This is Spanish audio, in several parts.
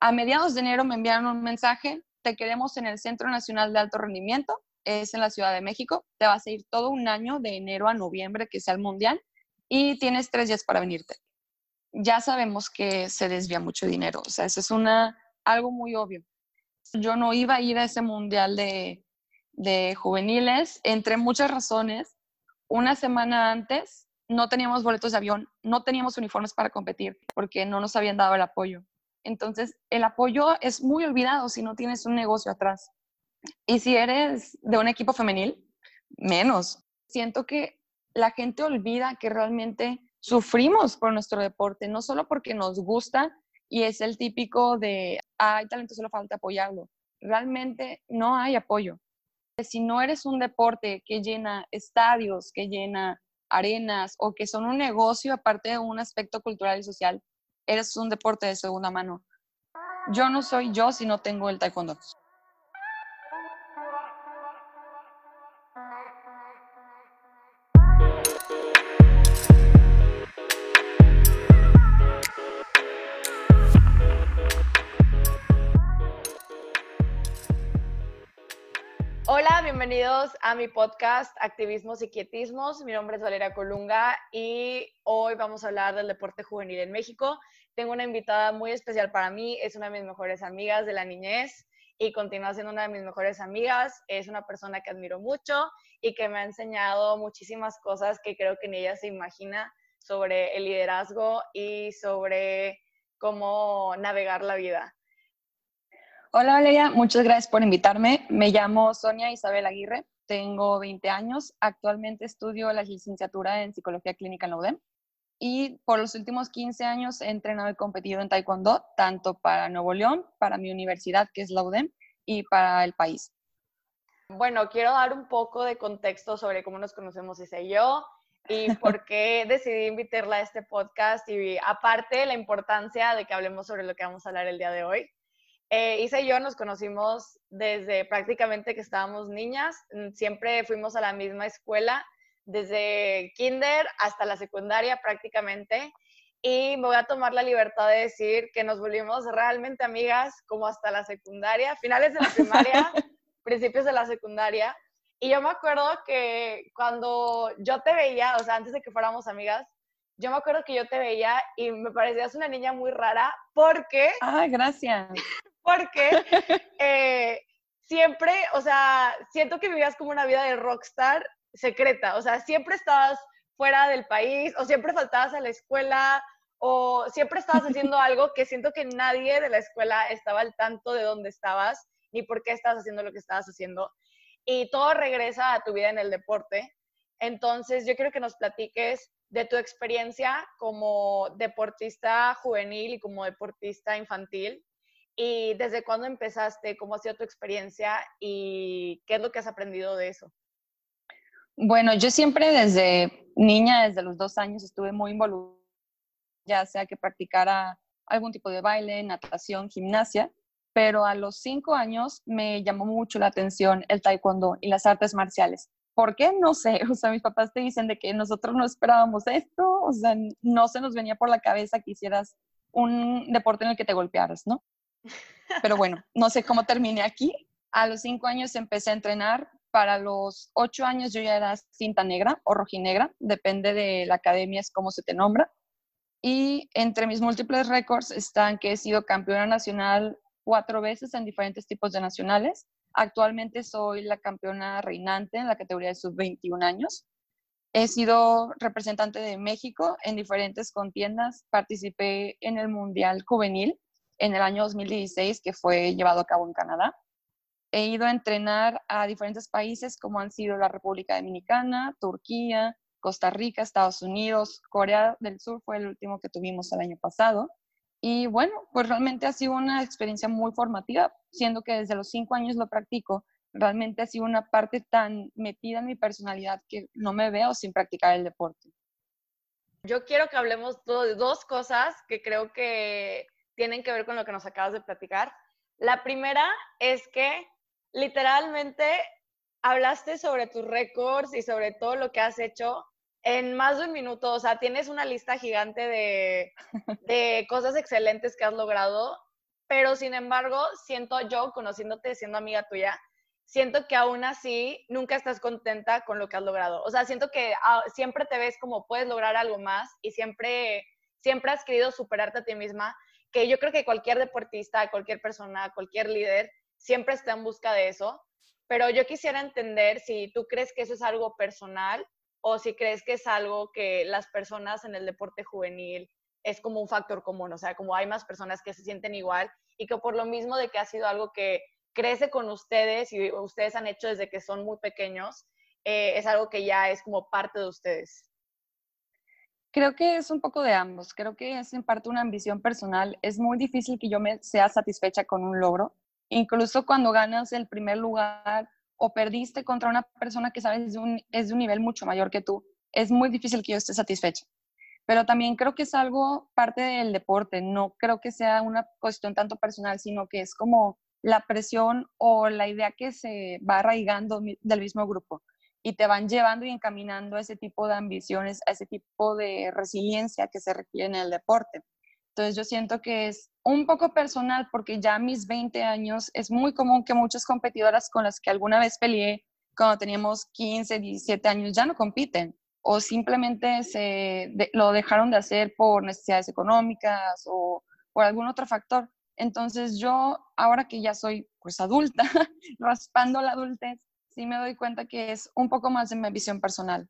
A mediados de enero me enviaron un mensaje: te queremos en el Centro Nacional de Alto Rendimiento, es en la Ciudad de México, te vas a ir todo un año de enero a noviembre, que sea el Mundial, y tienes 3 días para venirte. Ya sabemos que se desvía mucho dinero, o sea, eso es algo muy obvio. Yo no iba a ir a ese Mundial de juveniles, entre muchas razones. Una semana antes no teníamos boletos de avión, no teníamos uniformes para competir porque no nos habían dado el apoyo. Entonces, el apoyo es muy olvidado si no tienes un negocio atrás. Y si eres de un equipo femenil, menos. Siento que la gente olvida que realmente sufrimos por nuestro deporte, no solo porque nos gusta y es el típico de, hay talento, solo falta apoyarlo. Realmente no hay apoyo. Si no eres un deporte que llena estadios, que llena arenas o que son un negocio aparte de un aspecto cultural y social, eres un deporte de segunda mano. Yo no soy yo si no tengo el taekwondo. Hola, bienvenidos a mi podcast Activismos y Quietismos. Mi nombre es Valeria Colunga y hoy vamos a hablar del deporte juvenil en México. Tengo una invitada muy especial para mí, es una de mis mejores amigas de la niñez y continúa siendo una de mis mejores amigas. Es una persona que admiro mucho y que me ha enseñado muchísimas cosas que creo que ni ella se imagina sobre el liderazgo y sobre cómo navegar la vida. Hola Valeria, muchas gracias por invitarme. Me llamo Sonia Isabel Aguirre, tengo 20 años, actualmente estudio la licenciatura en Psicología Clínica en la UDEM y por los últimos 15 años he entrenado y competido en Taekwondo, tanto para Nuevo León, para mi universidad que es la UDEM y para el país. Bueno, quiero dar un poco de contexto sobre cómo nos conocemos Isa y yo y por qué decidí invitarla a este podcast y aparte la importancia de que hablemos sobre lo que vamos a hablar el día de hoy. Isa y yo nos conocimos desde prácticamente que estábamos niñas, siempre fuimos a la misma escuela, desde kinder hasta la secundaria prácticamente, y me voy a tomar la libertad de decir que nos volvimos realmente amigas como hasta la secundaria, finales de la primaria, principios de la secundaria, y yo me acuerdo que cuando yo te veía, o sea, antes de que fuéramos amigas, yo me acuerdo que yo te veía y me parecías una niña muy rara porque Ah, gracias. porque siempre, o sea, siento que vivías como una vida de rockstar secreta, o sea, siempre estabas fuera del país, o siempre faltabas a la escuela, o siempre estabas haciendo algo que siento que nadie de la escuela estaba al tanto de dónde estabas, ni por qué estabas haciendo lo que estabas haciendo. Y todo regresa a tu vida en el deporte. Entonces, yo quiero que nos platiques de tu experiencia como deportista juvenil y como deportista infantil. ¿Y desde cuándo empezaste? ¿Cómo ha sido tu experiencia? ¿Y qué es lo que has aprendido de eso? Bueno, yo siempre desde niña, desde los 2 años, estuve muy involucrada, ya sea que practicara algún tipo de baile, natación, gimnasia, pero a los 5 años me llamó mucho la atención el taekwondo y las artes marciales. ¿Por qué? No sé, o sea, mis papás te dicen de que nosotros no esperábamos esto, o sea, no se nos venía por la cabeza que hicieras un deporte en el que te golpearas, ¿no? Pero bueno, no sé cómo terminé aquí. A los 5 años empecé a entrenar. Para los 8 años yo ya era cinta negra o rojinegra, depende de la academia, es cómo se te nombra. Y entre mis múltiples récords están que he sido campeona nacional 4 veces en diferentes tipos de nacionales. Actualmente soy la campeona reinante en la categoría de sub-21 años. He sido representante de México en diferentes contiendas. Participé en el Mundial Juvenil en el año 2016, que fue llevado a cabo en Canadá. He ido a entrenar a diferentes países como han sido la República Dominicana, Turquía, Costa Rica, Estados Unidos, Corea del Sur fue el último que tuvimos el año pasado. Y bueno, pues realmente ha sido una experiencia muy formativa, siendo que desde los 5 años lo practico. Realmente ha sido una parte tan metida en mi personalidad que no me veo sin practicar el deporte. Yo quiero que hablemos de dos cosas que creo que tienen que ver con lo que nos acabas de platicar. La primera es que literalmente hablaste sobre tus récords y sobre todo lo que has hecho en más de un minuto. O sea, tienes una lista gigante de cosas excelentes que has logrado pero sin embargo, siento yo, conociéndote, siendo amiga tuya, siento que aún así nunca estás contenta con lo que has logrado. O sea, siento que siempre te ves como puedes lograr algo más y siempre has querido superarte a ti misma, que yo creo que cualquier deportista, cualquier persona, cualquier líder, siempre está en busca de eso. Pero yo quisiera entender si tú crees que eso es algo personal o si crees que es algo que las personas en el deporte juvenil es como un factor común, o sea, como hay más personas que se sienten igual y que por lo mismo de que ha sido algo que crece con ustedes y ustedes han hecho desde que son muy pequeños, es algo que ya es como parte de ustedes. Creo que es un poco de ambos. Creo que es en parte una ambición personal. Es muy difícil que yo me sea satisfecha con un logro. Incluso cuando ganas el primer lugar o perdiste contra una persona que sabes es de un nivel mucho mayor que tú, es muy difícil que yo esté satisfecha. Pero también creo que es algo parte del deporte. No creo que sea una cuestión tanto personal, sino que es como la presión o la idea que se va arraigando del mismo grupo y te van llevando y encaminando a ese tipo de ambiciones, a ese tipo de resiliencia que se requiere en el deporte. Entonces yo siento que es un poco personal porque ya a mis 20 años es muy común que muchas competidoras con las que alguna vez peleé cuando teníamos 15, 17 años ya no compiten o simplemente lo dejaron de hacer por necesidades económicas o por algún otro factor. Entonces yo, ahora que ya soy pues adulta, raspando la adultez, sí me doy cuenta que es un poco más de mi visión personal.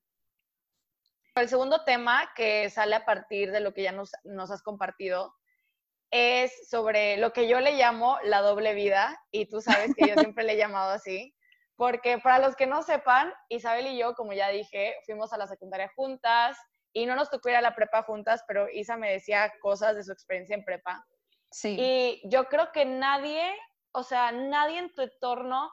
El segundo tema que sale a partir de lo que ya nos has compartido es sobre lo que yo le llamo la doble vida, y tú sabes que yo siempre le he llamado así, porque para los que no sepan, Isabel y yo, como ya dije, fuimos a la secundaria juntas y no nos tocó ir a la prepa juntas, pero Isa me decía cosas de su experiencia en prepa. Sí, Y yo creo que nadie, o sea, nadie en tu entorno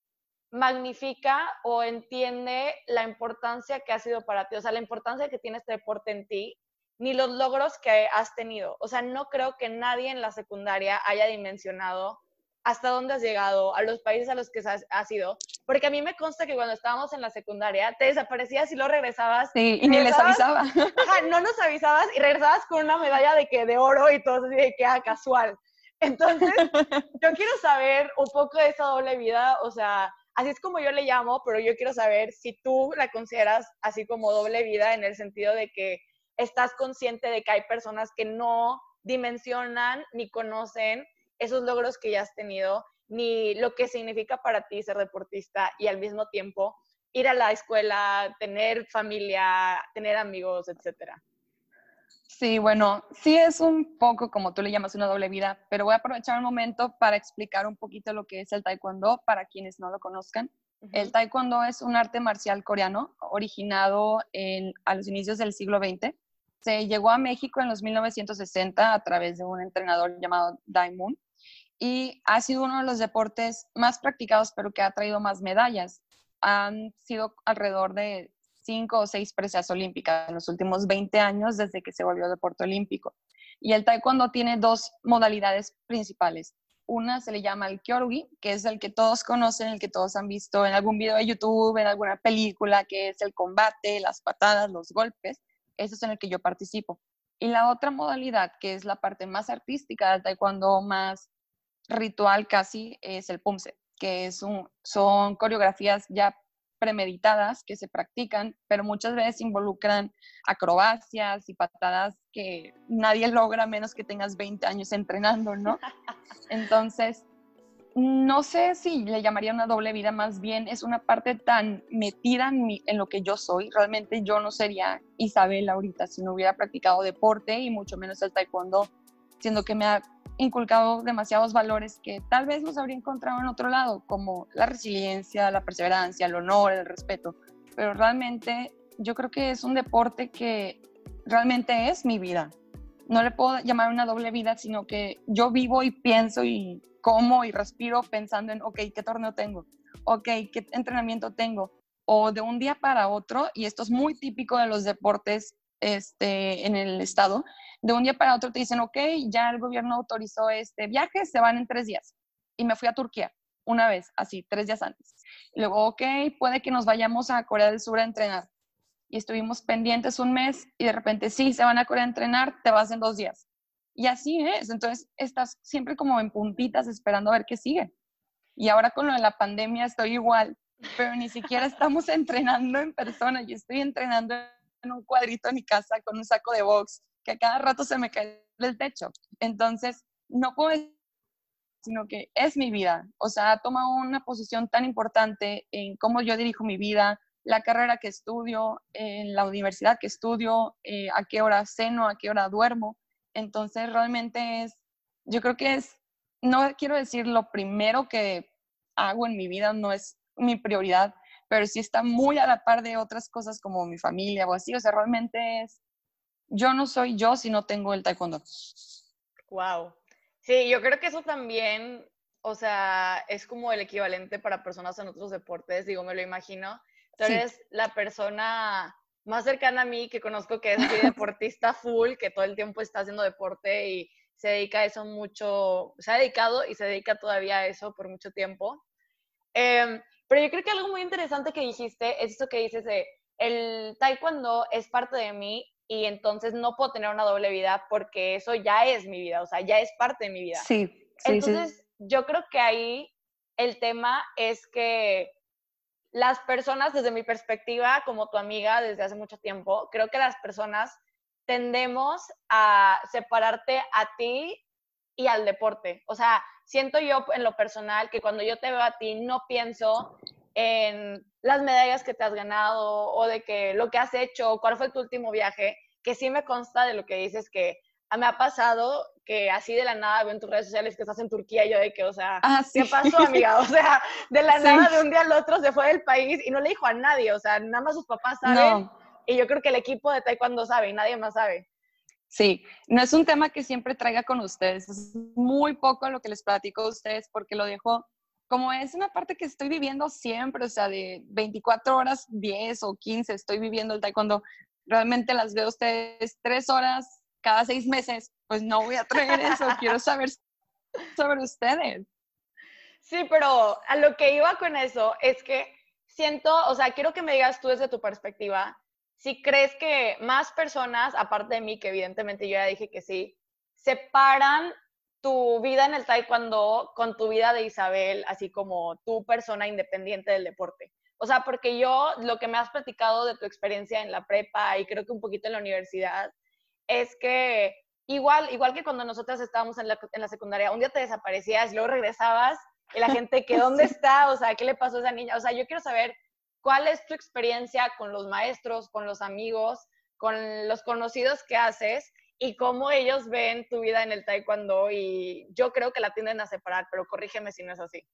magnifica o entiende la importancia que ha sido para ti, o sea, la importancia que tiene este deporte en ti, ni los logros que has tenido. O sea, no creo que nadie en la secundaria haya dimensionado hasta dónde has llegado, a los países a los que has ido, porque a mí me consta que cuando estábamos en la secundaria te desaparecías y luego regresabas, sí, y ni les avisaba. ajá, no nos avisabas y regresabas con una medalla de oro y todo así de que casual. Entonces, yo quiero saber un poco de esa doble vida, o sea, así es como yo le llamo, pero yo quiero saber si tú la consideras así como doble vida en el sentido de que estás consciente de que hay personas que no dimensionan ni conocen esos logros que ya has tenido, ni lo que significa para ti ser deportista y al mismo tiempo ir a la escuela, tener familia, tener amigos, etcétera. Sí, bueno, sí es un poco como tú le llamas una doble vida, pero voy a aprovechar un momento para explicar un poquito lo que es el taekwondo para quienes no lo conozcan. El taekwondo es un arte marcial coreano originado a los inicios del siglo XX. Se llegó a México en los 1960 a través de un entrenador llamado Dai Moon y ha sido uno de los deportes más practicados, pero que ha traído más medallas. Han sido alrededor de 5 o 6 presas olímpicas en los últimos 20 años desde que se volvió deporte olímpico. Y el taekwondo tiene dos modalidades principales. Una se le llama el kyorugi, que es el que todos conocen, el que todos han visto en algún video de YouTube, en alguna película, que es el combate, las patadas, los golpes. Eso es en el que yo participo. Y la otra modalidad, que es la parte más artística del taekwondo, más ritual casi, es el pumse, que son coreografías ya premeditadas que se practican, pero muchas veces involucran acrobacias y patadas que nadie logra menos que tengas 20 años entrenando, ¿no? Entonces, no sé si le llamaría una doble vida, más bien es una parte tan metida en lo que yo soy. Realmente yo no sería Isabel ahorita si no hubiera practicado deporte y mucho menos el taekwondo, siendo que me ha inculcado demasiados valores que tal vez los habría encontrado en otro lado, como la resiliencia, la perseverancia, el honor, el respeto. Pero realmente yo creo que es un deporte que realmente es mi vida. No le puedo llamar una doble vida, sino que yo vivo y pienso y como y respiro pensando en, ok, ¿qué torneo tengo? Ok, ¿qué entrenamiento tengo? O de un día para otro, y esto es muy típico de los deportes en el estado, de un día para otro te dicen, ok, ya el gobierno autorizó este viaje, se van en 3 días. Y me fui a Turquía una vez, así, 3 días antes. Y luego, ok, puede que nos vayamos a Corea del Sur a entrenar. Y estuvimos pendientes un mes y de repente, sí, se van a Corea a entrenar, te vas en 2 días. Y así es. Entonces, estás siempre como en puntitas esperando a ver qué sigue. Y ahora con lo de la pandemia estoy igual, pero ni siquiera estamos entrenando en persona. Yo estoy entrenando en un cuadrito en mi casa con un saco de box que a cada rato se me cae del techo. Entonces, no puedo decir, sino que es mi vida. O sea, ha tomado una posición tan importante en cómo yo dirijo mi vida, la carrera que estudio, en la universidad que estudio, a qué hora ceno, a qué hora duermo. Entonces, realmente yo creo que no quiero decir lo primero que hago en mi vida, no es mi prioridad, pero sí está muy a la par de otras cosas como mi familia o así. O sea, realmente yo no soy yo si no tengo el taekwondo. Wow. Sí, yo creo que eso también, o sea, es como el equivalente para personas en otros deportes, digo, me lo imagino. Tú Sí. eres la persona más cercana a mí que conozco que es así deportista full, que todo el tiempo está haciendo deporte y se dedica a eso mucho, se ha dedicado y se dedica todavía a eso por mucho tiempo. Pero yo creo que algo muy interesante que dijiste es eso que dices de el taekwondo es parte de mí y entonces no puedo tener una doble vida porque eso ya es mi vida, o sea, ya es parte de mi vida. Sí, sí, sí. Entonces, yo creo que ahí el tema es que las personas, desde mi perspectiva, como tu amiga desde hace mucho tiempo, creo que las personas tendemos a separarte a ti y al deporte. O sea, siento yo en lo personal que cuando yo te veo a ti no pienso en las medallas que te has ganado o de que lo que has hecho, cuál fue tu último viaje, que sí me consta de lo que dices que me ha pasado que así de la nada veo en tus redes sociales que estás en Turquía y yo de que, o sea, Sí. ¿qué pasó, amiga? O sea, de la Sí. nada de un día al otro se fue del país y no le dijo a nadie, o sea, nada más sus papás saben No, y yo creo que el equipo de taekwondo sabe y nadie más sabe. sí, no es un tema que siempre traiga con ustedes, es muy poco lo que les platico a ustedes porque lo dejo, como es una parte que estoy viviendo siempre, o sea, de 24 horas, 10 o 15 estoy viviendo el taekwondo, realmente las veo a ustedes 3 horas cada 6 meses, pues no voy a traer eso, quiero saber sobre ustedes. Sí, pero a lo que iba con eso es que siento, o sea, quiero que me digas tú desde tu perspectiva, si crees que más personas, aparte de mí, que evidentemente yo ya dije que sí, separan tu vida en el taekwondo con tu vida de Isabel, así como tu persona independiente del deporte. O sea, porque yo lo que me has platicado de tu experiencia en la prepa y creo que un poquito en la universidad, es que igual que cuando nosotras estábamos en la secundaria, un día te desaparecías y luego regresabas y la gente que dónde Sí. está, o sea, ¿qué le pasó a esa niña? O sea, yo quiero saber cuál es tu experiencia con los maestros, con los amigos, con los conocidos que haces y cómo ellos ven tu vida en el taekwondo y yo creo que la tienden a separar, pero corrígeme si no es así.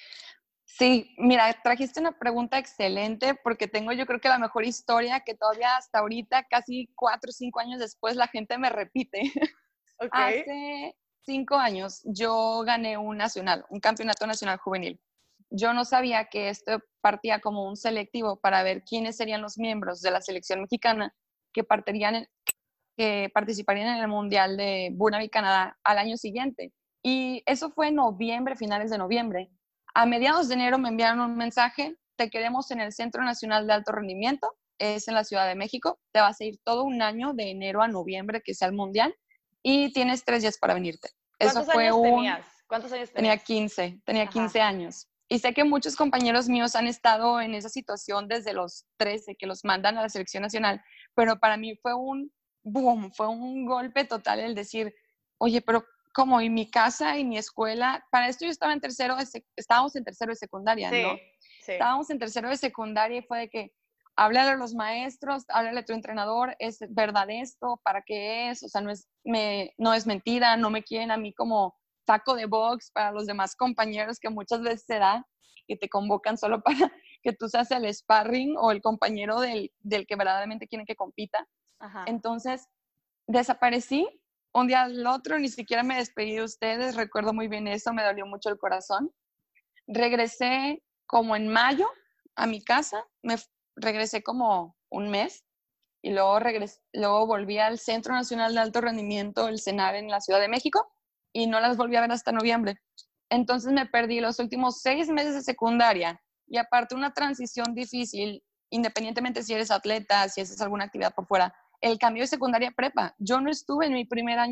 Sí, mira, trajiste una pregunta excelente porque tengo yo creo que la mejor historia que todavía hasta ahorita, casi 4 o 5 años después, la gente me repite. Ok. Hace 5 años yo gané un campeonato nacional juvenil. Yo no sabía que esto partía como un selectivo para ver quiénes serían los miembros de la selección mexicana que, que participarían en el Mundial de Burnaby, Canadá, al año siguiente. Y eso fue en noviembre, finales de noviembre. A mediados de enero me enviaron un mensaje: te queremos en el Centro Nacional de Alto Rendimiento, es en la Ciudad de México, te vas a ir todo un año de enero a noviembre, que sea el Mundial, y tienes 3 días para venirte. Eso ¿Cuántos fue años tenías? ¿Cuántos años tenía tenías? 15, tenía Ajá. 15 años. Y sé que muchos compañeros míos han estado en esa situación desde los 13, que los mandan a la selección nacional, pero para mí fue un boom, fue un golpe total el decir, oye, pero ¿cómo? ¿Y mi casa y mi escuela? Para esto yo estaba estábamos en tercero de secundaria, Sí, ¿no? sí. Estábamos en tercero de secundaria y fue de que, háblale a los maestros, háblale a tu entrenador, ¿es verdad esto? ¿Para qué es? O sea, no es mentira, no me quieren a mí como saco de box para los demás compañeros, que muchas veces se da, que te convocan solo para que tú seas el sparring o el compañero del que verdaderamente quieren que compita. Ajá. Entonces, desaparecí un día al otro, ni siquiera me despedí de ustedes, recuerdo muy bien eso, me dolió mucho el corazón. Regresé como en mayo a mi casa, regresé como un mes y luego volví al Centro Nacional de Alto Rendimiento, el CENAR, en la Ciudad de México, y no las volví a ver hasta noviembre. Entonces me perdí los últimos 6 meses de secundaria y aparte una transición difícil, independientemente si eres atleta, si haces alguna actividad por fuera, el cambio de secundaria a prepa. Yo no estuve en mi primer año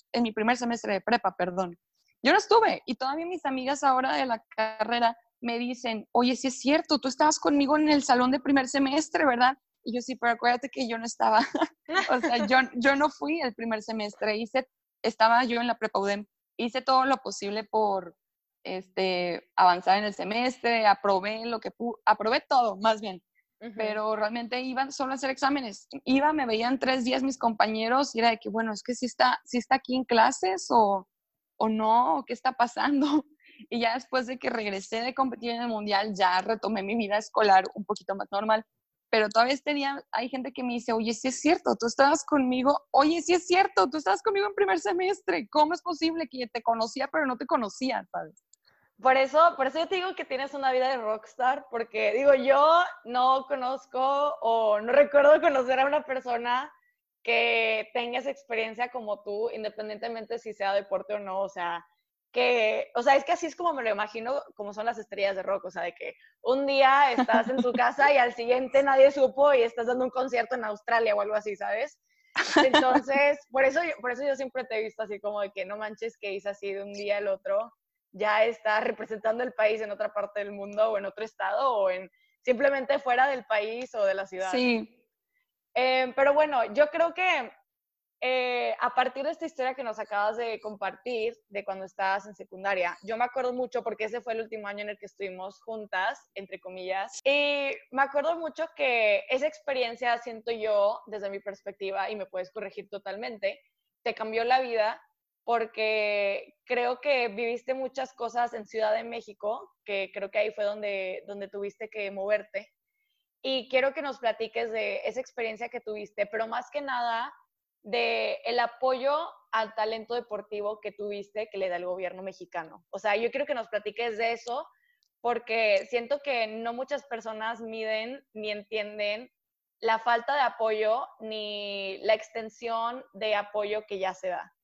en mi primer semestre de prepa, perdón. Yo no estuve y todavía mis amigas ahora de la carrera me dicen, oye, sí es cierto, tú estabas conmigo en el salón de primer semestre, ¿verdad? Y yo sí, pero acuérdate que yo no estaba, o sea, yo no fui el primer semestre, estaba yo en la prepa UDEM, hice todo lo posible por avanzar en el semestre, aprobé lo que pude, aprobé todo, más bien, pero realmente iban solo a hacer exámenes. Me veían 3 días mis compañeros y era de que, bueno, es que sí está aquí en clases o no, o qué está pasando. Y ya después de que regresé de competir en el mundial, ya retomé mi vida escolar un poquito más normal. Pero todavía hay gente que me dice, oye, sí es cierto, tú estabas conmigo, oye, sí es cierto, tú estabas conmigo en primer semestre, ¿cómo es posible que te conocía pero no te conocía, sabes? Por eso yo te digo que tienes una vida de rockstar, porque digo, yo no conozco o no recuerdo conocer a una persona que tenga esa experiencia como tú, independientemente si sea deporte o no, o sea, es que así es como me lo imagino, como son las estrellas de rock, o sea, de que un día estás en tu casa y al siguiente nadie supo y estás dando un concierto en Australia o algo así, ¿sabes? Entonces, por eso yo siempre te he visto así como de que no manches que hice así de un día al otro, ya está representando el país en otra parte del mundo o en otro estado o simplemente fuera del país o de la ciudad. Sí. Pero bueno, yo creo que a partir de esta historia que nos acabas de compartir, de cuando estabas en secundaria, yo me acuerdo mucho porque ese fue el último año en el que estuvimos juntas, entre comillas, y me acuerdo mucho que esa experiencia, siento yo, desde mi perspectiva, y me puedes corregir totalmente, te cambió la vida porque creo que viviste muchas cosas en Ciudad de México, que creo que ahí fue donde tuviste que moverte. Y quiero que nos platiques de esa experiencia que tuviste, pero más que nada de el apoyo al talento deportivo que tuviste que le da el gobierno mexicano. O sea, yo quiero que nos platiques de eso porque siento que no muchas personas miden ni entienden la falta de apoyo ni la extensión de apoyo que ya se da.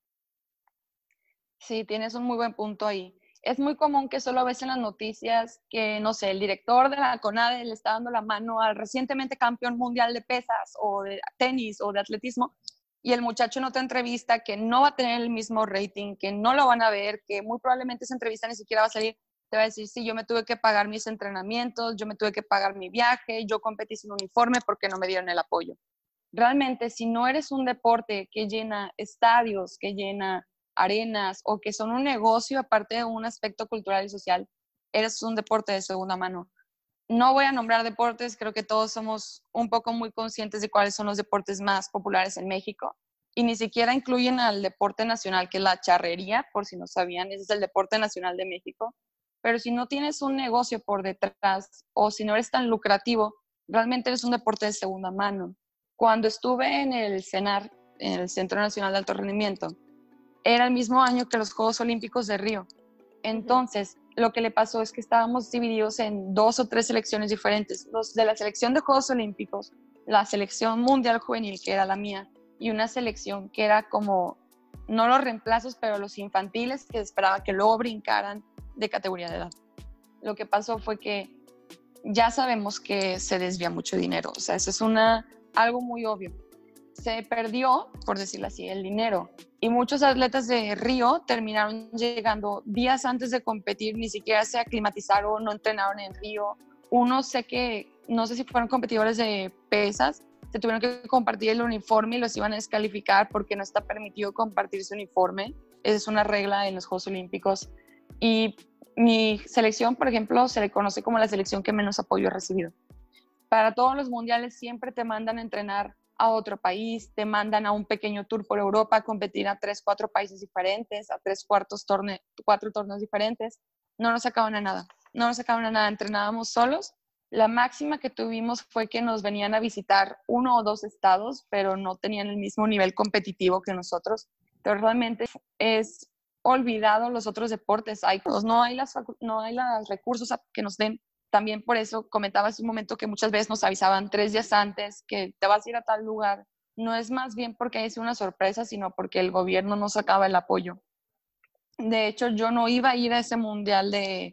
Sí, tienes un muy buen punto ahí. Es muy común que solo ves en las noticias que, no sé, el director de la CONADE le está dando la mano al recientemente campeón mundial de pesas o de tenis o de atletismo y el muchacho en otra entrevista que no va a tener el mismo rating, que no lo van a ver, que muy probablemente esa entrevista ni siquiera va a salir, te va a decir, sí, yo me tuve que pagar mis entrenamientos, yo me tuve que pagar mi viaje, yo competí sin uniforme porque no me dieron el apoyo. Realmente, si no eres un deporte que llena estadios, que llena arenas o que son un negocio aparte de un aspecto cultural y social, eres un deporte de segunda mano. No voy a nombrar deportes, creo que todos somos un poco muy conscientes de cuáles son los deportes más populares en México y ni siquiera incluyen al deporte nacional, que es la charrería, por si no sabían, ese es el deporte nacional de México. Pero si no tienes un negocio por detrás o si no eres tan lucrativo, realmente eres un deporte de segunda mano. Cuando estuve en el CENAR, en el Centro Nacional de Alto Rendimiento, era el mismo año que los Juegos Olímpicos de Río. Entonces, lo que le pasó es que estábamos divididos en 2 o 3 selecciones diferentes. Los de la selección de Juegos Olímpicos, la selección mundial juvenil, que era la mía, y una selección que era como, no los reemplazos, pero los infantiles, que esperaba que luego brincaran de categoría de edad. Lo que pasó fue que ya sabemos que se desvía mucho dinero. O sea, eso es algo muy obvio. Se perdió, por decirlo así, el dinero. Y muchos atletas de Río terminaron llegando días antes de competir, ni siquiera se aclimatizaron, no entrenaron en Río. Unos sé que, no sé si fueron competidores de pesas, se tuvieron que compartir el uniforme y los iban a descalificar porque no está permitido compartir su uniforme. Es una regla en los Juegos Olímpicos. Y mi selección, por ejemplo, se le conoce como la selección que menos apoyo ha recibido. Para todos los mundiales siempre te mandan a entrenar a otro país, te mandan a un pequeño tour por Europa a competir a 3, 4 países diferentes, a 4 torneos diferentes. No nos sacaban a nada, entrenábamos solos. La máxima que tuvimos fue que nos venían a visitar 1 o 2 estados, pero no tenían el mismo nivel competitivo que nosotros. Pero realmente es olvidado los otros deportes. No hay los recursos que nos den. También por eso comentaba hace un momento que muchas veces nos avisaban 3 días antes que te vas a ir a tal lugar. No es más bien porque es una sorpresa, sino porque el gobierno no sacaba el apoyo. De hecho, yo no iba a ir a ese mundial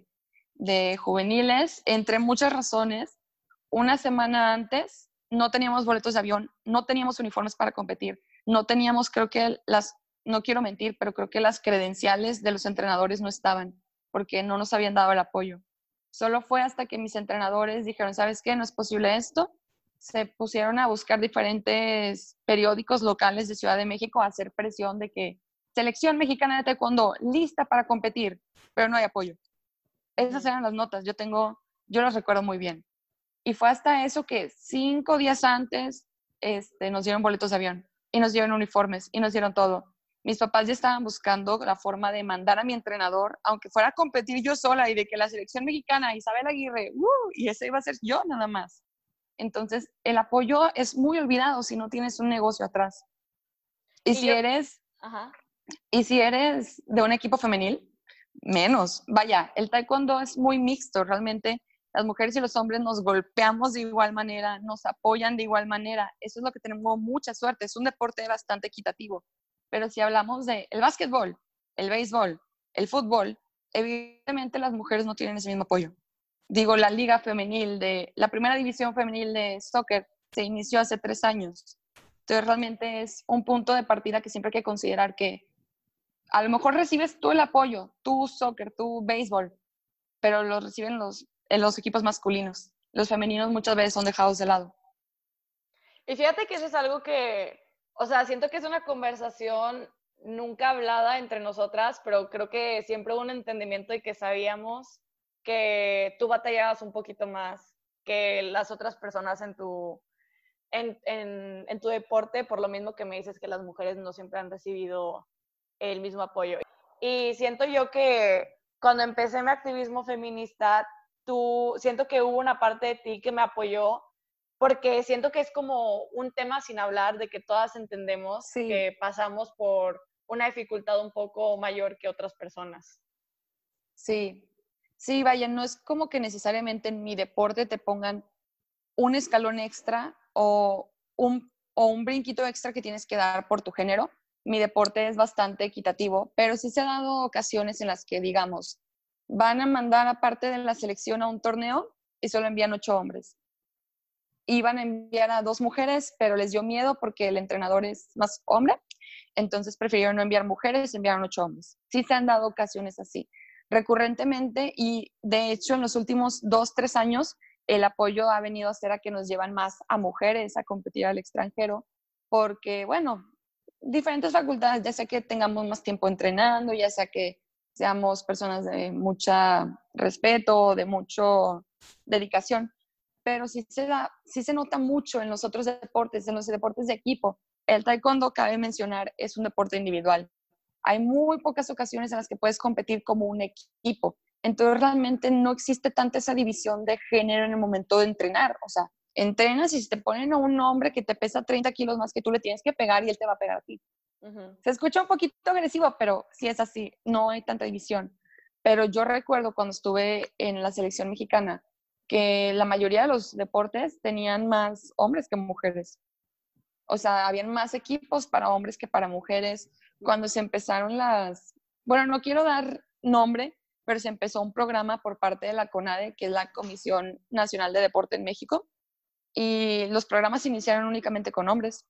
de juveniles, entre muchas razones. Una semana antes no teníamos boletos de avión, no teníamos uniformes para competir, no teníamos, creo que no quiero mentir, pero creo que las credenciales de los entrenadores no estaban, porque no nos habían dado el apoyo. Solo fue hasta que mis entrenadores dijeron, ¿sabes qué? No es posible esto. Se pusieron a buscar diferentes periódicos locales de Ciudad de México a hacer presión de que selección mexicana de taekwondo lista para competir, pero no hay apoyo. Esas eran las notas, yo las recuerdo muy bien. Y fue hasta eso que 5 días antes nos dieron boletos de avión y nos dieron uniformes y nos dieron todo. Mis papás ya estaban buscando la forma de mandar a mi entrenador, aunque fuera a competir yo sola y de que la selección mexicana, Isabel Aguirre, y ese iba a ser yo nada más. Entonces, el apoyo es muy olvidado si no tienes un negocio atrás. Y si eres de un equipo femenil, menos. Vaya, el taekwondo es muy mixto, realmente las mujeres y los hombres nos golpeamos de igual manera, nos apoyan de igual manera. Eso es lo que tenemos mucha suerte. Es un deporte bastante equitativo. Pero si hablamos de el básquetbol, el béisbol, el fútbol, evidentemente las mujeres no tienen ese mismo apoyo. Digo, la liga femenil la primera división femenil de soccer se inició hace 3 años. Entonces realmente es un punto de partida que siempre hay que considerar que a lo mejor recibes tú el apoyo, tú soccer, tú béisbol, pero lo reciben los equipos masculinos. Los femeninos muchas veces son dejados de lado. Y fíjate que eso es algo que, o sea, siento que es una conversación nunca hablada entre nosotras, pero creo que siempre hubo un entendimiento de que sabíamos que tú batallabas un poquito más que las otras personas en tu deporte, por lo mismo que me dices que las mujeres no siempre han recibido el mismo apoyo. Y siento yo que cuando empecé mi activismo feminista, siento que hubo una parte de ti que me apoyó, porque siento que es como un tema sin hablar, de que todas entendemos que pasamos por una dificultad un poco mayor que otras personas. Sí, sí, vaya, no es como que necesariamente en mi deporte te pongan un escalón extra o un brinquito extra que tienes que dar por tu género. Mi deporte es bastante equitativo, pero sí se han dado ocasiones en las que, digamos, van a mandar aparte de la selección a un torneo y solo envían 8 hombres. Iban a enviar a 2 mujeres, pero les dio miedo porque el entrenador es más hombre, entonces prefirieron no enviar mujeres, enviaron 8 hombres. Sí se han dado ocasiones así, recurrentemente, y de hecho en los últimos 2, 3 años el apoyo ha venido a ser a que nos llevan más a mujeres a competir al extranjero, porque, bueno, diferentes facultades, ya sea que tengamos más tiempo entrenando, ya sea que seamos personas de mucho respeto, de mucha dedicación, pero sí se nota mucho en los otros deportes, en los deportes de equipo. El taekwondo, cabe mencionar, es un deporte individual. Hay muy pocas ocasiones en las que puedes competir como un equipo. Entonces realmente no existe tanta esa división de género en el momento de entrenar. O sea, entrenas y si te ponen a un hombre que te pesa 30 kilos más que tú, le tienes que pegar y él te va a pegar a ti. Se escucha un poquito agresivo, pero sí es así, no hay tanta división. Pero yo recuerdo cuando estuve en la selección mexicana que la mayoría de los deportes tenían más hombres que mujeres. O sea, habían más equipos para hombres que para mujeres. Cuando se empezaron bueno, no quiero dar nombre, pero se empezó un programa por parte de la CONADE, que es la Comisión Nacional de Deporte en México, y los programas se iniciaron únicamente con hombres.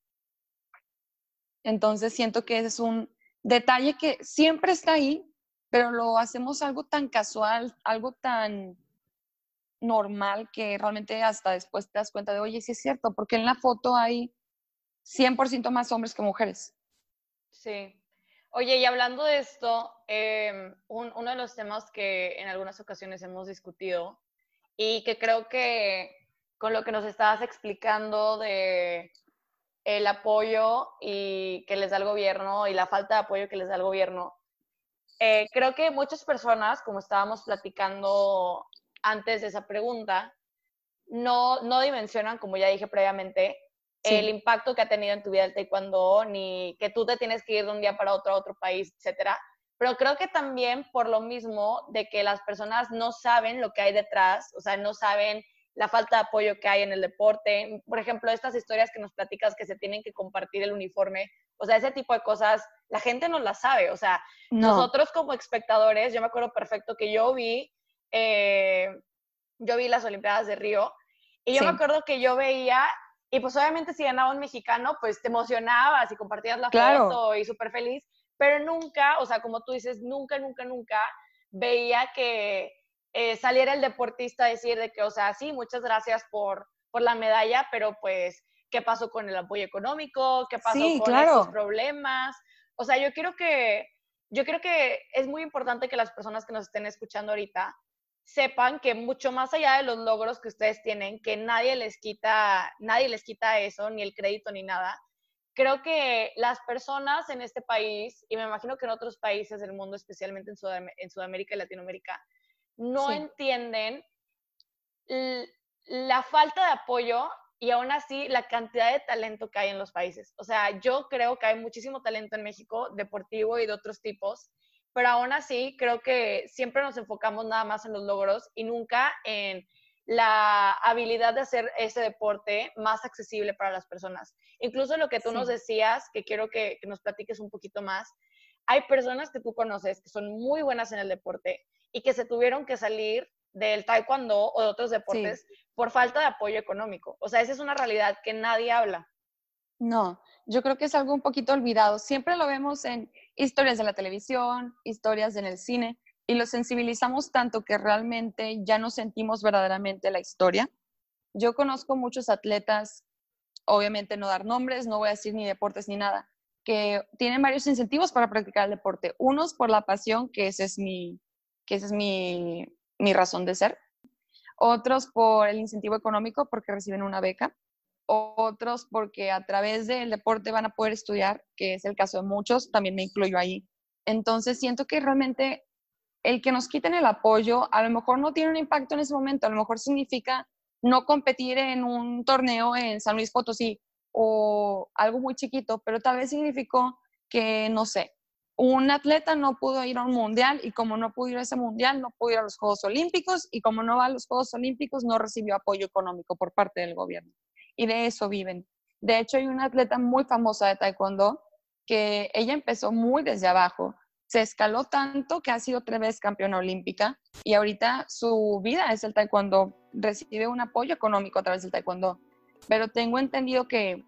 Entonces siento que es un detalle que siempre está ahí, pero lo hacemos algo tan casual, algo tan normal que realmente hasta después te das cuenta de, oye, sí es cierto, porque en la foto hay 100% más hombres que mujeres. Sí. Oye, y hablando de esto, uno de los temas que en algunas ocasiones hemos discutido y que creo que con lo que nos estabas explicando de el apoyo y que les da el gobierno y la falta de apoyo que les da el gobierno, creo que muchas personas, como estábamos platicando antes de esa pregunta, no dimensionan, como ya dije previamente, el impacto que ha tenido en tu vida el taekwondo, ni que tú te tienes que ir de un día para otro a otro país, etcétera. Pero creo que también por lo mismo de que las personas no saben lo que hay detrás, o sea, no saben la falta de apoyo que hay en el deporte. Por ejemplo, estas historias que nos platicas que se tienen que compartir el uniforme, o sea, ese tipo de cosas, la gente no las sabe. O sea, nosotros como espectadores, yo me acuerdo perfecto que yo vi las Olimpiadas de Río y yo me acuerdo que yo veía, y pues obviamente si ganaba un mexicano, pues te emocionabas y compartías la foto y súper feliz, pero nunca, o sea, como tú dices, nunca veía que saliera el deportista a decir de que, o sea, sí, muchas gracias por la medalla, pero pues, ¿qué pasó con el apoyo económico? ¿Qué pasó Sí, con estos claro. problemas? O sea, yo creo que es muy importante que las personas que nos estén escuchando ahorita sepan que mucho más allá de los logros que ustedes tienen, que nadie les quita eso, ni el crédito ni nada. Creo que las personas en este país, y me imagino que en otros países del mundo, especialmente en Sudamérica y Latinoamérica, no Sí, entienden la falta de apoyo y aún así la cantidad de talento que hay en los países. O sea, yo creo que hay muchísimo talento en México, deportivo y de otros tipos, pero aún así creo que siempre nos enfocamos nada más en los logros y nunca en la habilidad de hacer ese deporte más accesible para las personas. Incluso lo que tú nos sí. decías, que quiero que nos platiques un poquito más, hay personas que tú conoces que son muy buenas en el deporte y que se tuvieron que salir del taekwondo o de otros Sí, deportes por falta de apoyo económico. O sea, esa es una realidad que nadie habla. no, yo creo que es algo un poquito olvidado. Siempre lo vemos en historias de la televisión, historias en el cine, y lo sensibilizamos tanto que realmente ya no sentimos verdaderamente la historia. Yo conozco muchos atletas, obviamente no dar nombres, no voy a decir ni deportes ni nada, que tienen varios incentivos para practicar el deporte. Unos por la pasión, que esa es mi razón de ser. Otros por el incentivo económico, porque reciben una beca. Otros porque a través del deporte van a poder estudiar, que es el caso de muchos, también me incluyo ahí. Entonces siento que realmente el que nos quiten el apoyo a lo mejor no tiene un impacto en ese momento, a lo mejor significa no competir en un torneo en San Luis Potosí o algo muy chiquito, pero tal vez significó que, no sé, un atleta no pudo ir a un mundial y como no pudo ir a ese mundial, no pudo ir a los Juegos Olímpicos y como no va a los Juegos Olímpicos, no recibió apoyo económico por parte del gobierno. Y de eso viven. De hecho, hay una atleta muy famosa de taekwondo que ella empezó muy desde abajo, se escaló tanto que ha sido 3 veces campeona olímpica y ahorita su vida es el taekwondo, recibe un apoyo económico a través del taekwondo. Pero tengo entendido que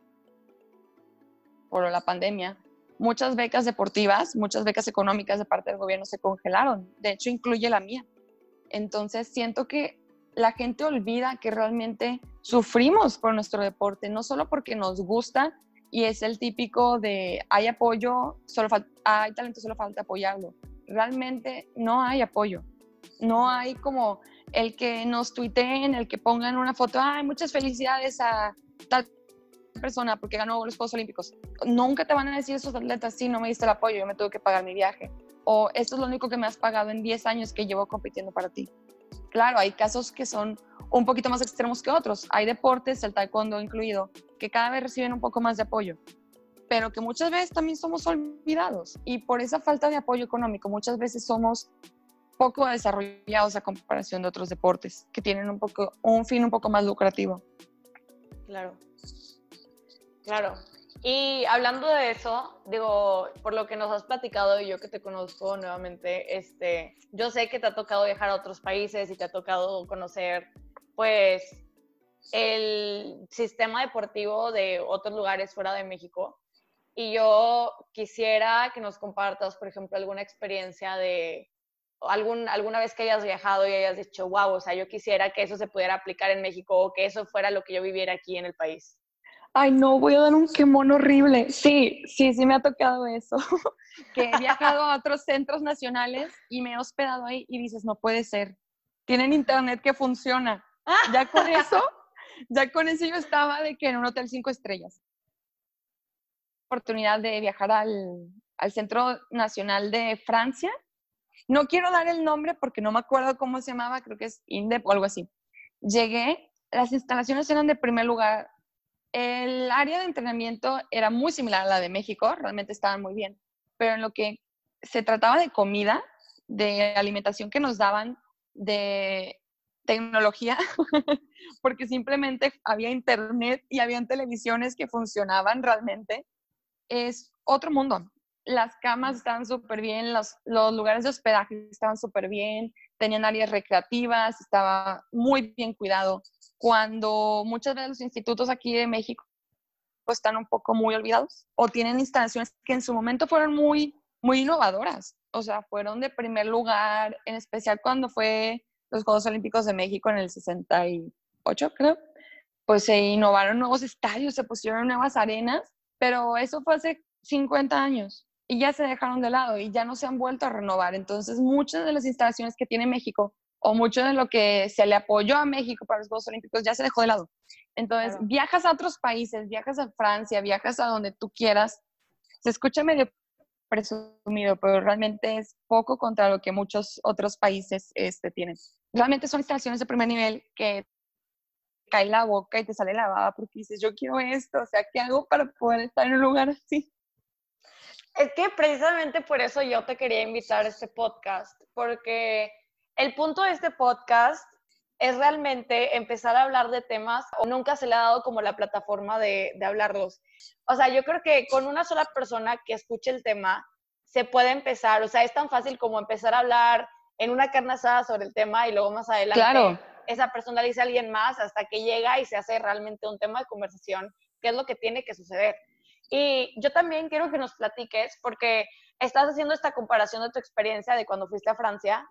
por la pandemia, muchas becas deportivas, muchas becas económicas de parte del gobierno se congelaron. De hecho, incluye la mía. Entonces, siento que la gente olvida que realmente sufrimos por nuestro deporte, no solo porque nos gusta y es el típico de hay apoyo, hay talento, solo falta apoyarlo. Realmente no hay apoyo. No hay como el que nos tuiteen, el que pongan una foto, ay, muchas felicidades a tal persona porque ganó los Juegos Olímpicos. Nunca te van a decir esos atletas, sí, no me diste el apoyo, yo me tuve que pagar mi viaje. O esto es lo único que me has pagado en 10 años que llevo compitiendo para ti. Claro, hay casos que son un poquito más extremos que otros. Hay deportes, el taekwondo incluido, que cada vez reciben un poco más de apoyo, pero que muchas veces también somos olvidados. Y por esa falta de apoyo económico, muchas veces somos poco desarrollados a comparación de otros deportes que tienen un fin un poco más lucrativo. Claro, claro. Y hablando de eso, digo, por lo que nos has platicado y yo que te conozco nuevamente, yo sé que te ha tocado viajar a otros países y te ha tocado conocer, pues, el sistema deportivo de otros lugares fuera de México. Y yo quisiera que nos compartas, por ejemplo, alguna experiencia de alguna vez que hayas viajado y hayas dicho, wow, o sea, yo quisiera que eso se pudiera aplicar en México o que eso fuera lo que yo viviera aquí en el país. Ay, no, voy a dar un quemón horrible. Sí, sí, sí me ha tocado eso. Que he viajado a otros centros nacionales y me he hospedado ahí y dices, no puede ser. Tienen internet que funciona. Ya con eso, ya con eso yo estaba de que en un hotel 5 estrellas. Oportunidad de viajar al Centro Nacional de Francia. No quiero dar el nombre porque no me acuerdo cómo se llamaba, creo que es INDEP o algo así. Llegué, las instalaciones eran de primer lugar. El área de entrenamiento era muy similar a la de México, realmente estaban muy bien, pero en lo que se trataba de comida, de alimentación que nos daban, de tecnología, porque simplemente había internet y habían televisiones que funcionaban realmente, es otro mundo. Las camas estaban súper bien, los lugares de hospedaje estaban súper bien, tenían áreas recreativas, estaba muy bien cuidado. Cuando muchas veces los institutos aquí de México están un poco muy olvidados o tienen instalaciones que en su momento fueron muy, muy innovadoras. O sea, fueron de primer lugar, en especial cuando fue los Juegos Olímpicos de México en el 68, creo. Pues se innovaron nuevos estadios, se pusieron nuevas arenas, pero eso fue hace 50 años y ya se dejaron de lado y ya no se han vuelto a renovar. Entonces, muchas de las instalaciones que tiene México o mucho de lo que se le apoyó a México para los Juegos Olímpicos ya se dejó de lado. Entonces, Claro. viajas a otros países, viajas a Francia, viajas a donde tú quieras. Se escucha medio presumido, pero realmente es poco contra lo que muchos otros países tienen. Realmente son instalaciones de primer nivel que cae la boca y te sale la baba porque dices, yo quiero esto, o sea, ¿qué hago para poder estar en un lugar así? Es que precisamente por eso yo te quería invitar a este podcast, porque el punto de este podcast es realmente empezar a hablar de temas o nunca se le ha dado como la plataforma de hablarlos. O sea, yo creo que con una sola persona que escuche el tema se puede empezar, o sea, es tan fácil como empezar a hablar en una carne asada sobre el tema y luego más adelante Claro. esa persona le dice a alguien más hasta que llega y se hace realmente un tema de conversación, que es lo que tiene que suceder. Y yo también quiero que nos platiques, porque estás haciendo esta comparación de tu experiencia de cuando fuiste a Francia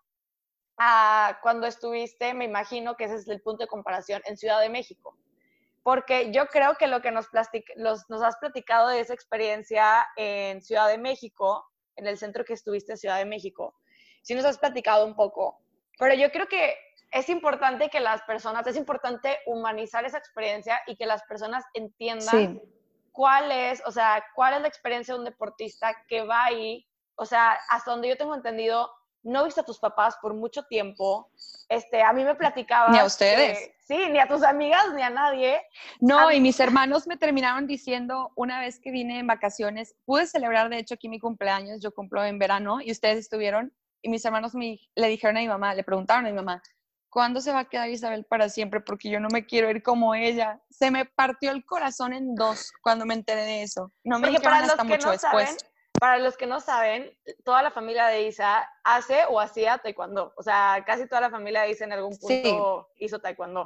a cuando estuviste, me imagino que ese es el punto de comparación, en Ciudad de México. Porque yo creo que lo que nos has platicado de esa experiencia en Ciudad de México, en el centro que estuviste en Ciudad de México, sí nos has platicado un poco. Pero yo creo que es importante que las personas, es importante humanizar esa experiencia y que las personas entiendan Sí. cuál es, o sea, cuál es la experiencia de un deportista que va ahí, o sea, hasta donde yo tengo entendido, no viste a tus papás por mucho tiempo. A mí me Ni a platicabas ustedes. que sí, ni a tus amigas ni a nadie. No, y mis hermanos me terminaron diciendo una vez que vine en vacaciones, pude celebrar de hecho aquí mi cumpleaños, yo cumplo en verano y ustedes estuvieron y mis hermanos le dijeron a mi mamá, le preguntaron a mi mamá, ¿cuándo se va a quedar Isabel para siempre? Porque yo no me quiero ir como ella. Se me partió el corazón en dos cuando me enteré de eso. No me Porque dijeron hasta mucho después. para los que no saben, toda la familia de Isa hace o hacía taekwondo. O sea, casi toda la familia de Isa en algún Sí, punto hizo taekwondo.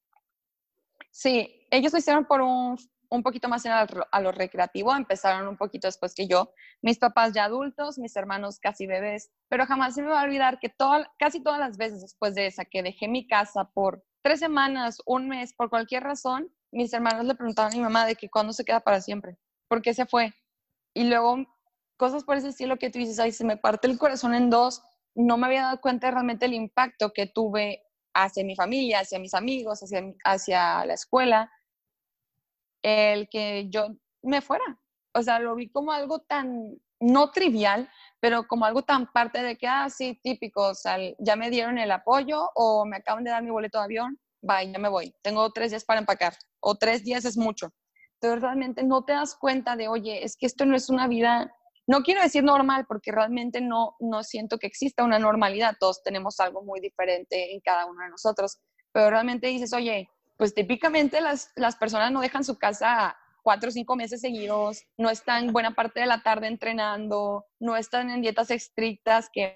sí, ellos lo hicieron por un poquito más a lo recreativo, empezaron un poquito después que yo. Mis papás ya adultos, mis hermanos casi bebés, pero jamás se me va a olvidar que casi todas las veces después de esa, que dejé mi casa por 3 semanas, un mes, por cualquier razón, mis hermanos le preguntaban a mi mamá de que cuándo se queda para siempre, por qué se fue. Y luego cosas por ese estilo que tú dices, ay, se me parte el corazón en dos, no me había dado cuenta realmente el impacto que tuve hacia mi familia, hacia mis amigos, hacia la escuela, el que yo me fuera. O sea, lo vi como algo tan, no trivial, pero como algo tan parte de que, sí, típico, o sea, ya me dieron el apoyo o me acaban de dar mi boleto de avión, bye, ya me voy. Tengo 3 días para empacar o 3 días es mucho. Entonces realmente no te das cuenta de, oye, es que esto no es una vida, no quiero decir normal, porque realmente no siento que exista una normalidad. Todos tenemos algo muy diferente en cada uno de nosotros, pero realmente dices, oye, pues típicamente las personas no dejan su casa 4 o 5 meses seguidos, no están buena parte de la tarde entrenando, no están en dietas estrictas que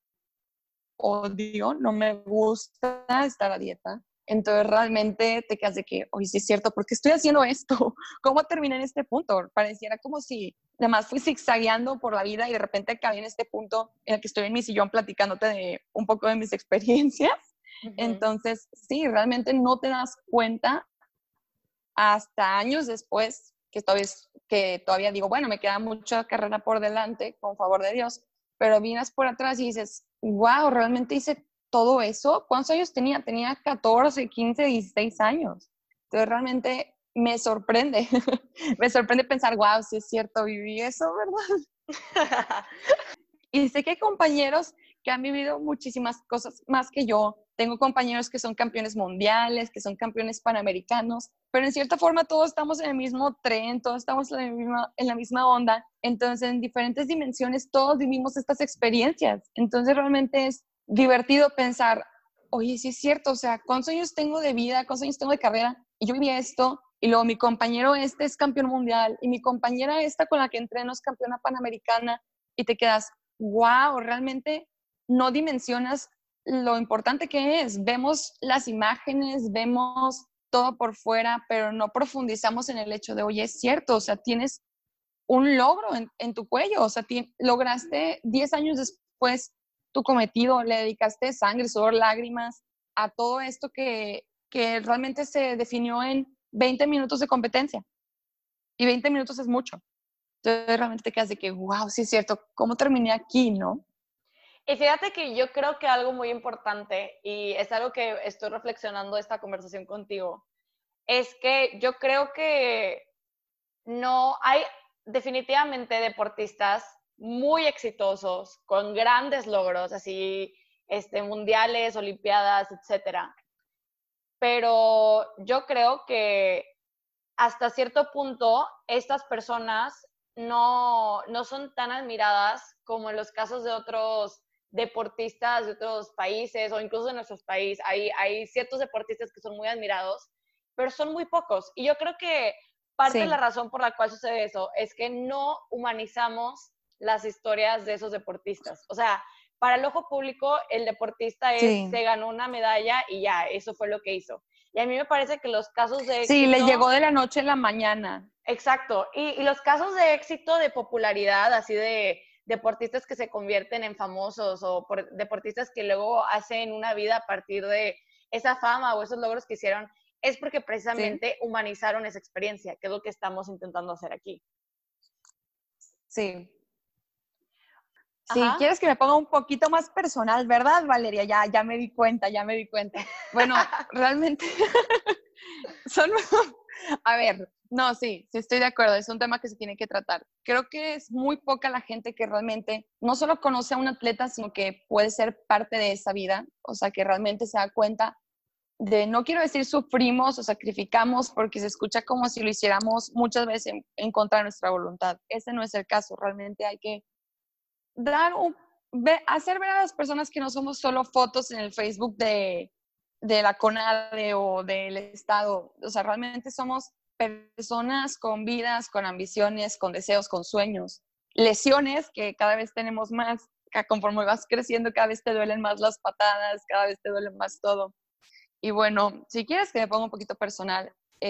odio, no me gusta estar a dieta. Entonces realmente te quedas de que, oye, sí es cierto, ¿por qué estoy haciendo esto? ¿Cómo terminé en este punto? Pareciera como si además fui zigzagueando por la vida y de repente acabé en este punto en el que estoy en mi sillón platicándote de un poco de mis experiencias. Entonces, sí, realmente no te das cuenta hasta años después, que todavía digo, bueno, me queda mucha carrera por delante, con favor de Dios, pero vienes por atrás y dices, wow, realmente hice todo eso. ¿Cuántos años tenía? Tenía 14, 15, 16 años. Entonces realmente me sorprende, me sorprende pensar, wow, sí es cierto, viví eso, ¿verdad? Y sé que hay compañeros que han vivido muchísimas cosas más que yo. Tengo compañeros que son campeones mundiales, que son campeones panamericanos, pero en cierta forma todos estamos en el mismo tren, todos estamos en la misma onda. Entonces, en diferentes dimensiones, todos vivimos estas experiencias. Entonces, realmente es divertido pensar, oye, sí es cierto, o sea, ¿cuántos años tengo de vida? ¿Cuántos años tengo de carrera? Y yo viví esto, y luego mi compañero este es campeón mundial, y mi compañera esta con la que entreno es campeona panamericana, y te quedas, wow, realmente no dimensionas lo importante que es. Vemos las imágenes, vemos todo por fuera, pero no profundizamos en el hecho de, oye, es cierto, o sea, tienes un logro en tu cuello, o sea, lograste 10 años después tu cometido, le dedicaste sangre, sudor, lágrimas a todo esto que realmente se definió en 20 minutos de competencia. Y 20 minutos es mucho. Entonces realmente te quedas de que, wow, sí es cierto, ¿cómo terminé aquí, no? Y fíjate que yo creo que algo muy importante, y es algo que estoy reflexionando esta conversación contigo, es que yo creo que no hay definitivamente deportistas muy exitosos, con grandes logros, así, mundiales, olimpiadas, etcétera. Pero yo creo que hasta cierto punto estas personas no son tan admiradas como en los casos de otros deportistas de otros países o incluso de nuestros países. Hay ciertos deportistas que son muy admirados, pero son muy pocos. Y yo creo que parte de la Sí, razón por la cual sucede eso es que no humanizamos las historias de esos deportistas. O sea, para el ojo público, el deportista se sí. ganó una medalla y ya, eso fue lo que hizo. Y a mí me parece que los casos de Sí, le éxito, llegó de la noche a la mañana. exacto, y los casos de éxito, de popularidad, así de deportistas que se convierten en famosos o deportistas que luego hacen una vida a partir de esa fama o esos logros que hicieron, es porque Sí, precisamente humanizaron esa experiencia, que es lo que estamos intentando hacer aquí. sí. Sí, Ajá. quieres que me ponga un poquito más personal, ¿verdad, Valeria? Ya me di cuenta, ya me di cuenta. Bueno, realmente son, a ver, no, sí estoy de acuerdo, es un tema que se tiene que tratar. Creo que es muy poca la gente que realmente no solo conoce a un atleta, sino que puede ser parte de esa vida, o sea, que realmente se da cuenta de, no quiero decir sufrimos o sacrificamos, porque se escucha como si lo hiciéramos muchas veces en contra de nuestra voluntad. Ese no es el caso, realmente hay que dar hacer ver a las personas que no somos solo fotos en el Facebook de la CONADE o del Estado. O sea, realmente somos personas con vidas, con ambiciones, con deseos, con sueños, lesiones que cada vez tenemos más, que conforme vas creciendo cada vez te duelen más las patadas, cada vez te duele más todo. Y bueno, si quieres que me ponga un poquito personal,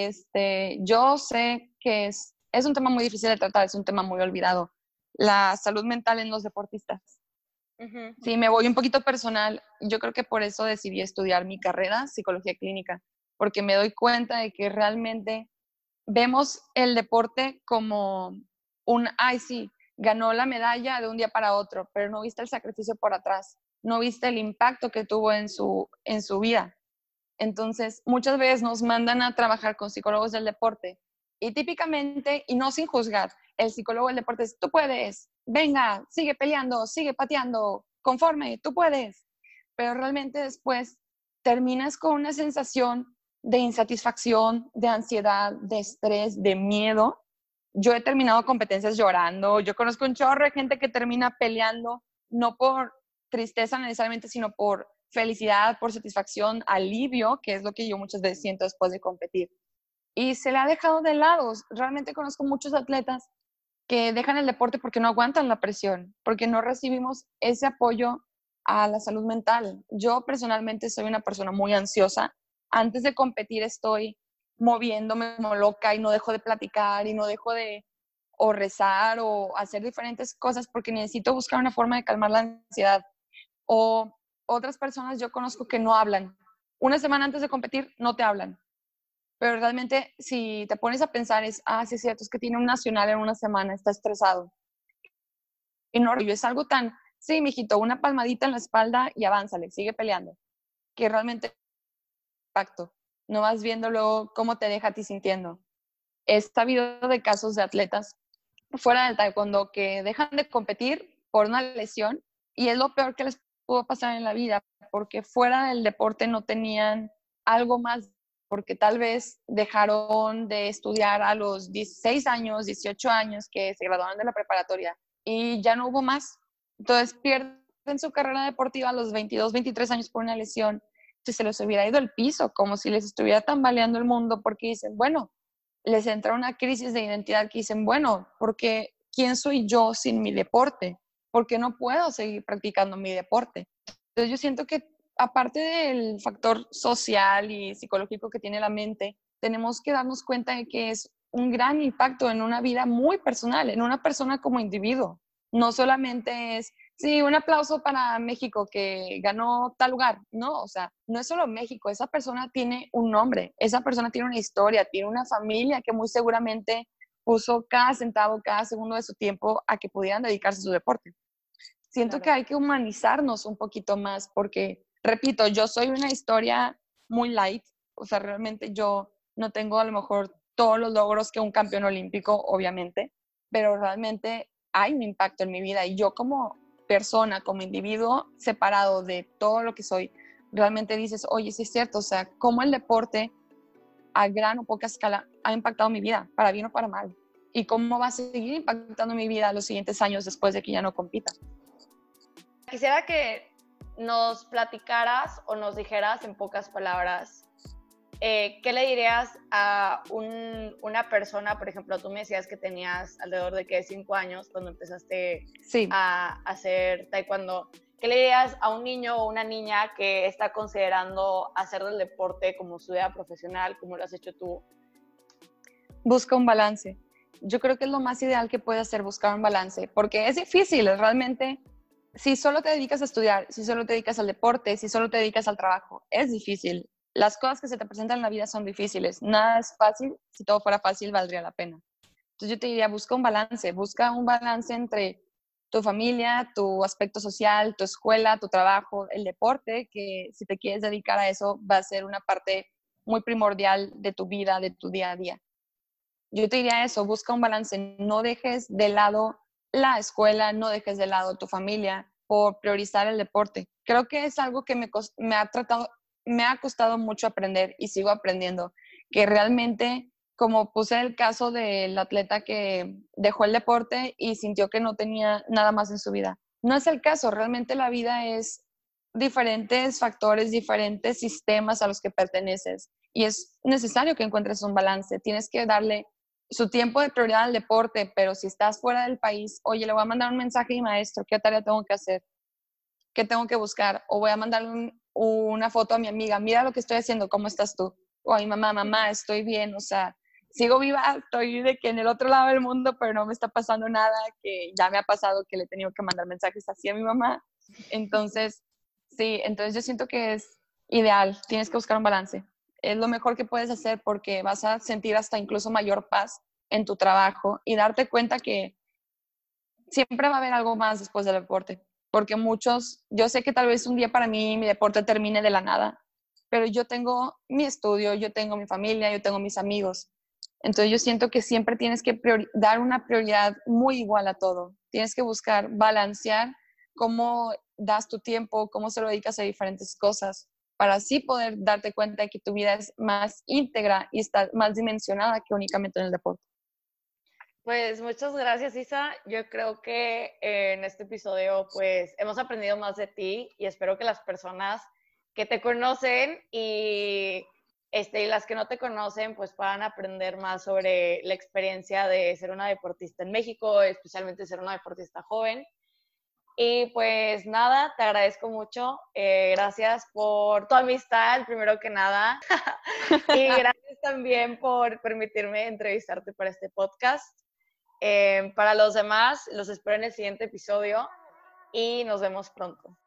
yo sé que es un tema muy difícil de tratar, es un tema muy olvidado, la salud mental en los deportistas. Uh-huh. Sí, me voy un poquito personal, yo creo que por eso decidí estudiar mi carrera, psicología clínica, porque me doy cuenta de que realmente vemos el deporte como ay sí, ganó la medalla de un día para otro, pero no viste el sacrificio por atrás, no viste el impacto que tuvo en su vida. Entonces, muchas veces nos mandan a trabajar con psicólogos del deporte y típicamente, y no sin juzgar, el psicólogo del deporte es, tú puedes, venga, sigue peleando, sigue pateando, conforme, tú puedes. Pero realmente después terminas con una sensación de insatisfacción, de ansiedad, de estrés, de miedo. Yo he terminado competencias llorando, yo conozco un chorro de gente que termina peleando, no por tristeza necesariamente, sino por felicidad, por satisfacción, alivio, que es lo que yo muchas veces siento después de competir. Y se le ha dejado de lado. Realmente conozco muchos atletas que dejan el deporte porque no aguantan la presión, porque no recibimos ese apoyo a la salud mental. Yo personalmente soy una persona muy ansiosa. Antes de competir estoy moviéndome como loca y no dejo de platicar y no dejo de o rezar o hacer diferentes cosas porque necesito buscar una forma de calmar la ansiedad. O otras personas yo conozco que no hablan. Una semana antes de competir no te hablan. Pero realmente si te pones a pensar sí es cierto, es que tiene un nacional en una semana, está estresado. Y no, es algo tan, sí, mijito, una palmadita en la espalda y avánzale, sigue peleando. Que realmente impacto. No vas viéndolo cómo te deja a ti sintiendo. He sabido de casos de atletas fuera del taekwondo que dejan de competir por una lesión y es lo peor que les pudo pasar en la vida, porque fuera del deporte no tenían algo más, porque tal vez dejaron de estudiar a los 16 años, 18 años que se graduaron de la preparatoria y ya no hubo más. Entonces pierden su carrera deportiva a los 22, 23 años por una lesión. Entonces se les hubiera ido el piso, como si les estuviera tambaleando el mundo, porque dicen, bueno, les entra una crisis de identidad que dicen, bueno, porque ¿quién soy yo sin mi deporte? ¿Por qué no puedo seguir practicando mi deporte? Entonces yo siento que aparte del factor social y psicológico que tiene la mente, tenemos que darnos cuenta de que es un gran impacto en una vida muy personal, en una persona como individuo. No solamente es, sí, un aplauso para México que ganó tal lugar. No, o sea, no es solo México, esa persona tiene un nombre, esa persona tiene una historia, tiene una familia que muy seguramente puso cada centavo, cada segundo de su tiempo a que pudieran dedicarse a su deporte. Siento Claro. que hay que humanizarnos un poquito más porque, repito, yo soy una historia muy light, o sea, realmente yo no tengo a lo mejor todos los logros que un campeón olímpico, obviamente, pero realmente hay un impacto en mi vida y yo como persona, como individuo separado de todo lo que soy, realmente dices, oye, sí es cierto, o sea, cómo el deporte a gran o poca escala ha impactado mi vida, para bien o para mal, y cómo va a seguir impactando mi vida los siguientes años después de que ya no compita. Quisiera que nos platicaras o nos dijeras en pocas palabras, ¿qué le dirías a una persona? Por ejemplo, tú me decías que tenías alrededor de 5 años cuando empezaste Sí. a hacer taekwondo. ¿Qué le dirías a un niño o una niña que está considerando hacer del deporte como su vida profesional, como lo has hecho tú? Busca un balance. Yo creo que es lo más ideal que puedes hacer, buscar un balance, porque es difícil, realmente. Si solo te dedicas a estudiar, si solo te dedicas al deporte, si solo te dedicas al trabajo, es difícil. Las cosas que se te presentan en la vida son difíciles. Nada es fácil. Si todo fuera fácil, valdría la pena. Entonces yo te diría, busca un balance entre tu familia, tu aspecto social, tu escuela, tu trabajo, el deporte, que si te quieres dedicar a eso va a ser una parte muy primordial de tu vida, de tu día a día. Yo te diría eso, busca un balance, no dejes de lado la escuela, no dejes de lado tu familia por priorizar el deporte. Creo que es algo que me ha costado mucho aprender y sigo aprendiendo, que realmente, como puse el caso del atleta que dejó el deporte y sintió que no tenía nada más en su vida. No es el caso, realmente la vida es diferentes factores, diferentes sistemas a los que perteneces y es necesario que encuentres un balance. Tienes que darle su tiempo de prioridad al deporte, pero si estás fuera del país, oye, le voy a mandar un mensaje a mi maestro, ¿qué tarea tengo que hacer? ¿Qué tengo que buscar? O voy a mandar una foto a mi amiga, mira lo que estoy haciendo, ¿cómo estás tú? O a mi mamá, mamá, estoy bien, o sea, sigo viva, estoy de que en el otro lado del mundo, pero no me está pasando nada, que ya me ha pasado que le he tenido que mandar mensajes así a mi mamá. Entonces, sí, entonces yo siento que es ideal, tienes que buscar un balance. Es lo mejor que puedes hacer porque vas a sentir hasta incluso mayor paz en tu trabajo y darte cuenta que siempre va a haber algo más después del deporte, porque yo sé que tal vez un día para mí mi deporte termine de la nada, pero yo tengo mi estudio, yo tengo mi familia, yo tengo mis amigos. Entonces yo siento que siempre tienes que dar una prioridad muy igual a todo. Tienes que buscar balancear cómo das tu tiempo, cómo se lo dedicas a diferentes cosas, para así poder darte cuenta de que tu vida es más íntegra y está más dimensionada que únicamente en el deporte. Pues muchas gracias, Isa. Yo creo que en este episodio pues hemos aprendido más de ti y espero que las personas que te conocen y las que no te conocen pues puedan aprender más sobre la experiencia de ser una deportista en México, especialmente ser una deportista joven. Y pues nada, te agradezco mucho. Gracias por tu amistad, primero que nada. Y gracias también por permitirme entrevistarte para este podcast. Para los demás, los espero en el siguiente episodio y nos vemos pronto.